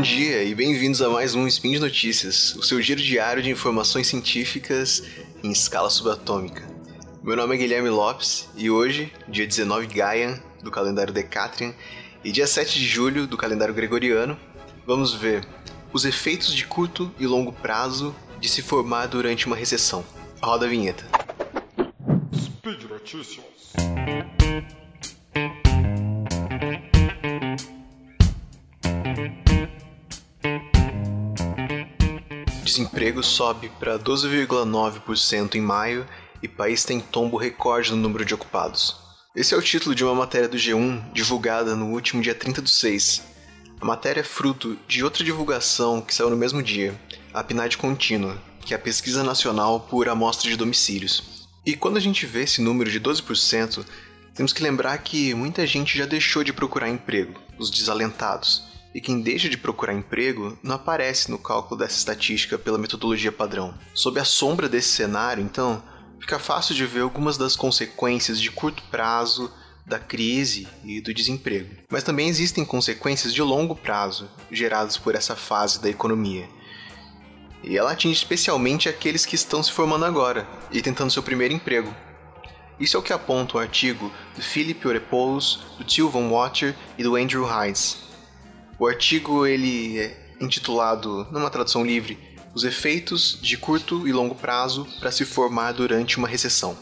dia e bem-vindos a mais um Spin de Notícias, o seu giro diário de informações científicas em escala subatômica. Meu nome é Guilherme Lopes e hoje, dia 19 Gaian do calendário Decatrian e dia 7 de julho do calendário Gregoriano, vamos ver os efeitos de curto e longo prazo de se formar durante uma recessão. Roda a vinheta. Speed Notícias. Desemprego sobe para 12,9% em maio e país tem tombo recorde no número de ocupados. Esse é o título de uma matéria do G1 divulgada no último dia 30/6. A matéria é fruto de outra divulgação que saiu no mesmo dia, a PNAD Contínua, que é a Pesquisa Nacional por Amostra de Domicílios. E quando a gente vê esse número de 12%, temos que lembrar que muita gente já deixou de procurar emprego, os desalentados. E quem deixa de procurar emprego não aparece no cálculo dessa estatística pela metodologia padrão. Sob a sombra desse cenário, então, fica fácil de ver algumas das consequências de curto prazo da crise e do desemprego. Mas também existem consequências de longo prazo, geradas por essa fase da economia. E ela atinge especialmente aqueles que estão se formando agora e tentando seu primeiro emprego. Isso é o que aponta o artigo do Philip Oropoulos, do Till Von Wachter e do Andrew Hines. O artigo ele é intitulado, numa tradução livre, Os efeitos de curto e longo prazo para se formar durante uma recessão.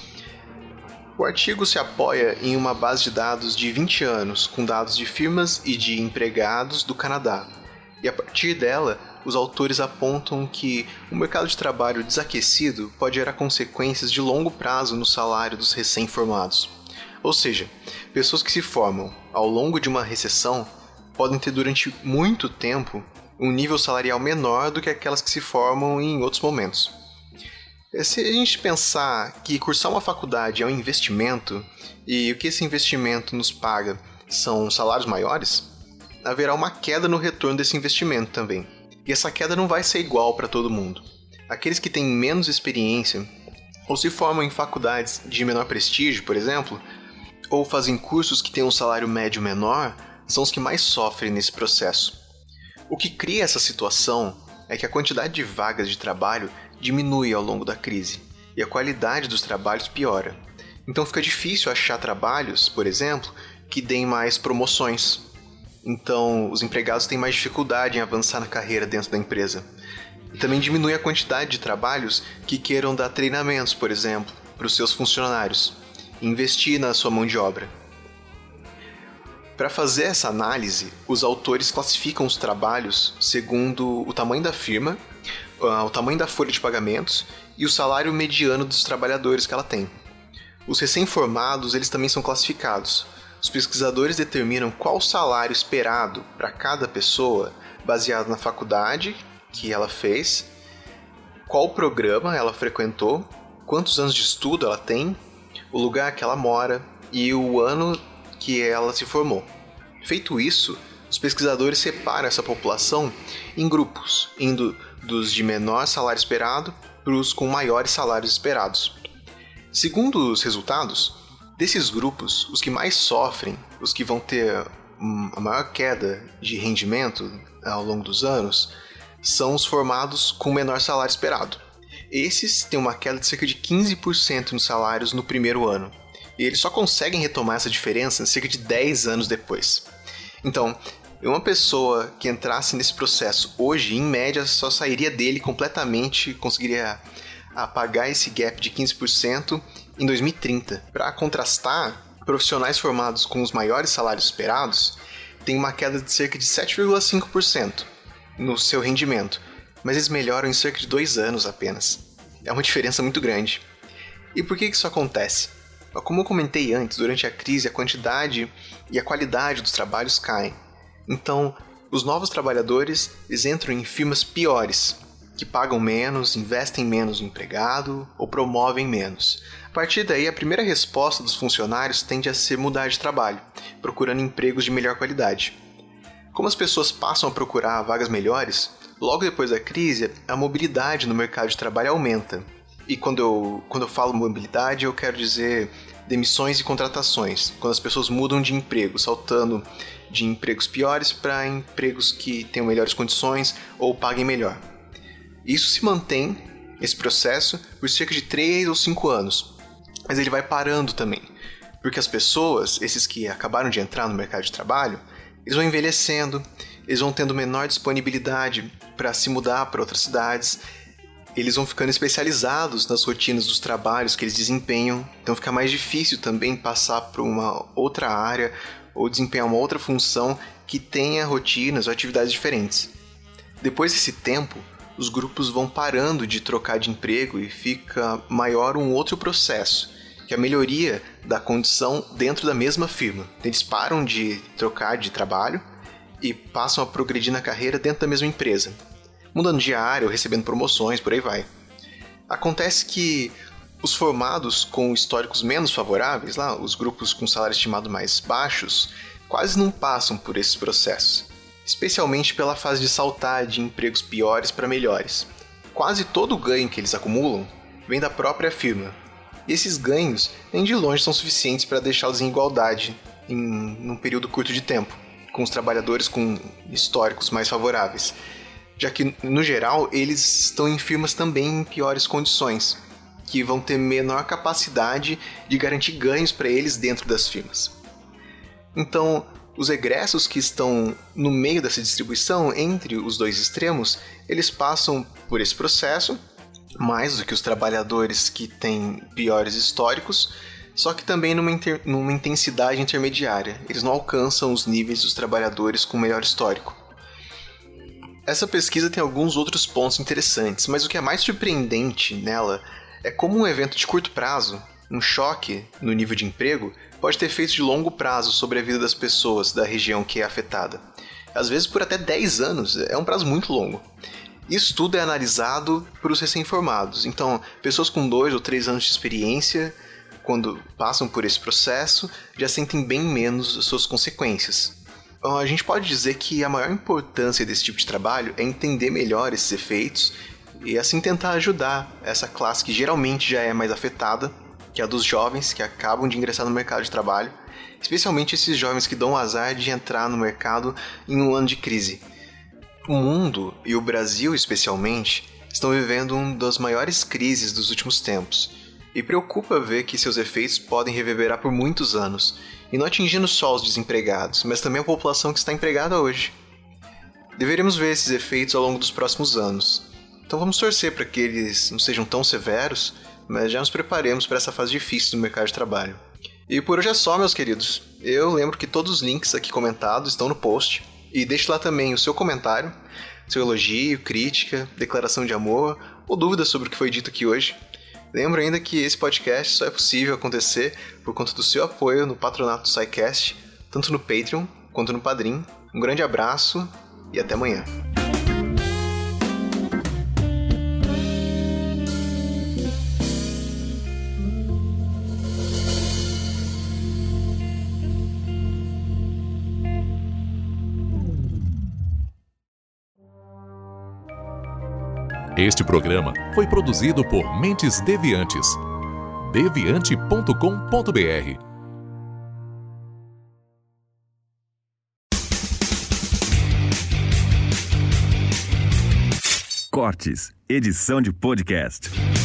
O artigo se apoia em uma base de dados de 20 anos, com dados de firmas e de empregados do Canadá. E a partir dela, os autores apontam que o mercado de trabalho desaquecido pode gerar consequências de longo prazo no salário dos recém-formados. Ou seja, pessoas que se formam ao longo de uma recessão podem ter durante muito tempo um nível salarial menor do que aquelas que se formam em outros momentos. Se a gente pensar que cursar uma faculdade é um investimento e o que esse investimento nos paga são salários maiores, haverá uma queda no retorno desse investimento também. E essa queda não vai ser igual para todo mundo. Aqueles que têm menos experiência ou se formam em faculdades de menor prestígio, por exemplo, ou fazem cursos que têm um salário médio menor, são os que mais sofrem nesse processo. O que cria essa situação é que a quantidade de vagas de trabalho diminui ao longo da crise e a qualidade dos trabalhos piora. Então fica difícil achar trabalhos, por exemplo, que deem mais promoções. Então os empregados têm mais dificuldade em avançar na carreira dentro da empresa. E também diminui a quantidade de trabalhos que queiram dar treinamentos, por exemplo, para os seus funcionários e investir na sua mão de obra. Para fazer essa análise, os autores classificam os trabalhos segundo o tamanho da firma, o tamanho da folha de pagamentos e o salário mediano dos trabalhadores que ela tem. Os recém-formados eles também são classificados. Os pesquisadores determinam qual o salário esperado para cada pessoa baseado na faculdade que ela fez, qual programa ela frequentou, quantos anos de estudo ela tem, o lugar que ela mora e o ano que ela se formou. Feito isso, os pesquisadores separam essa população em grupos, indo dos de menor salário esperado para os com maiores salários esperados. Segundo os resultados, desses grupos, os que mais sofrem, os que vão ter a maior queda de rendimento ao longo dos anos, são os formados com menor salário esperado. Esses têm uma queda de cerca de 15% nos salários no primeiro ano. E eles só conseguem retomar essa diferença cerca de 10 anos depois. Então, uma pessoa que entrasse nesse processo hoje, em média, só sairia dele completamente, conseguiria apagar esse gap de 15% em 2030. Para contrastar, profissionais formados com os maiores salários esperados têm uma queda de cerca de 7,5% no seu rendimento, mas eles melhoram em cerca de 2 anos apenas. É uma diferença muito grande. E por que isso acontece? Como eu comentei antes, durante a crise a quantidade e a qualidade dos trabalhos caem. Então, os novos trabalhadores eles entram em firmas piores, que pagam menos, investem menos no empregado ou promovem menos. A partir daí, a primeira resposta dos funcionários tende a ser mudar de trabalho, procurando empregos de melhor qualidade. Como as pessoas passam a procurar vagas melhores, logo depois da crise, a mobilidade no mercado de trabalho aumenta. E quando eu falo mobilidade, eu quero dizer demissões e contratações, quando as pessoas mudam de emprego, saltando de empregos piores para empregos que tenham melhores condições ou paguem melhor. Isso se mantém, esse processo, por cerca de 3 ou 5 anos. Mas ele vai parando também, porque as pessoas, esses que acabaram de entrar no mercado de trabalho, eles vão envelhecendo, eles vão tendo menor disponibilidade para se mudar para outras cidades, eles vão ficando especializados nas rotinas dos trabalhos que eles desempenham, então fica mais difícil também passar para uma outra área ou desempenhar uma outra função que tenha rotinas ou atividades diferentes. Depois desse tempo, os grupos vão parando de trocar de emprego e fica maior um outro processo, que é a melhoria da condição dentro da mesma firma. Eles param de trocar de trabalho e passam a progredir na carreira dentro da mesma empresa, mudando de área ou recebendo promoções, por aí vai. Acontece que os formados com históricos menos favoráveis, lá, os grupos com salário estimado mais baixos, quase não passam por esses processos, especialmente pela fase de saltar de empregos piores para melhores. Quase todo o ganho que eles acumulam vem da própria firma, e esses ganhos nem de longe são suficientes para deixá-los em igualdade em um período curto de tempo, com os trabalhadores com históricos mais favoráveis, já que, no geral, eles estão em firmas também em piores condições, que vão ter menor capacidade de garantir ganhos para eles dentro das firmas. Então, os egressos que estão no meio dessa distribuição entre os dois extremos, eles passam por esse processo, mais do que os trabalhadores que têm piores históricos, só que também numa intensidade intermediária. Eles não alcançam os níveis dos trabalhadores com melhor histórico. Essa pesquisa tem alguns outros pontos interessantes, mas o que é mais surpreendente nela é como um evento de curto prazo, um choque no nível de emprego, pode ter efeitos de longo prazo sobre a vida das pessoas da região que é afetada. Às vezes por até 10 anos, é um prazo muito longo. Isso tudo é analisado por os recém-formados, então pessoas com 2 ou 3 anos de experiência, quando passam por esse processo, já sentem bem menos as suas consequências. A gente pode dizer que a maior importância desse tipo de trabalho é entender melhor esses efeitos e assim tentar ajudar essa classe que geralmente já é mais afetada, que é a dos jovens que acabam de ingressar no mercado de trabalho, especialmente esses jovens que dão o azar de entrar no mercado em um ano de crise. O mundo, e o Brasil especialmente, estão vivendo uma das maiores crises dos últimos tempos, e preocupa ver que seus efeitos podem reverberar por muitos anos, e não atingindo só os desempregados, mas também a população que está empregada hoje. Deveremos ver esses efeitos ao longo dos próximos anos, então vamos torcer para que eles não sejam tão severos, mas já nos preparemos para essa fase difícil do mercado de trabalho. E por hoje é só, meus queridos. Eu lembro que todos os links aqui comentados estão no post, e deixe lá também o seu comentário, seu elogio, crítica, declaração de amor ou dúvida sobre o que foi dito aqui hoje. Lembro ainda que esse podcast só é possível acontecer por conta do seu apoio no patronato do SciCast, tanto no Patreon quanto no Padrim. Um grande abraço e até amanhã. Este programa foi produzido por Mentes Deviantes. deviante.com.br. Cortes, edição de podcast.